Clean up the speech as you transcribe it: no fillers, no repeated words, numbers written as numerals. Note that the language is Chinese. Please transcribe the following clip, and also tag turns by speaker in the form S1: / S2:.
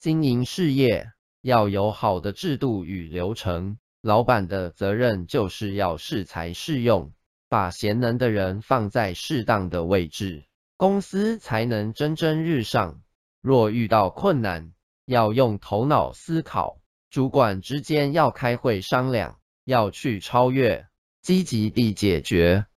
S1: 经营事业要有好的制度与流程，老板的责任就是要适才适用，把贤能的人放在适当的位置，公司才能蒸蒸日上。若遇到困难，要用头脑思考，主管之间要开会商量，要去超越，积极地解决。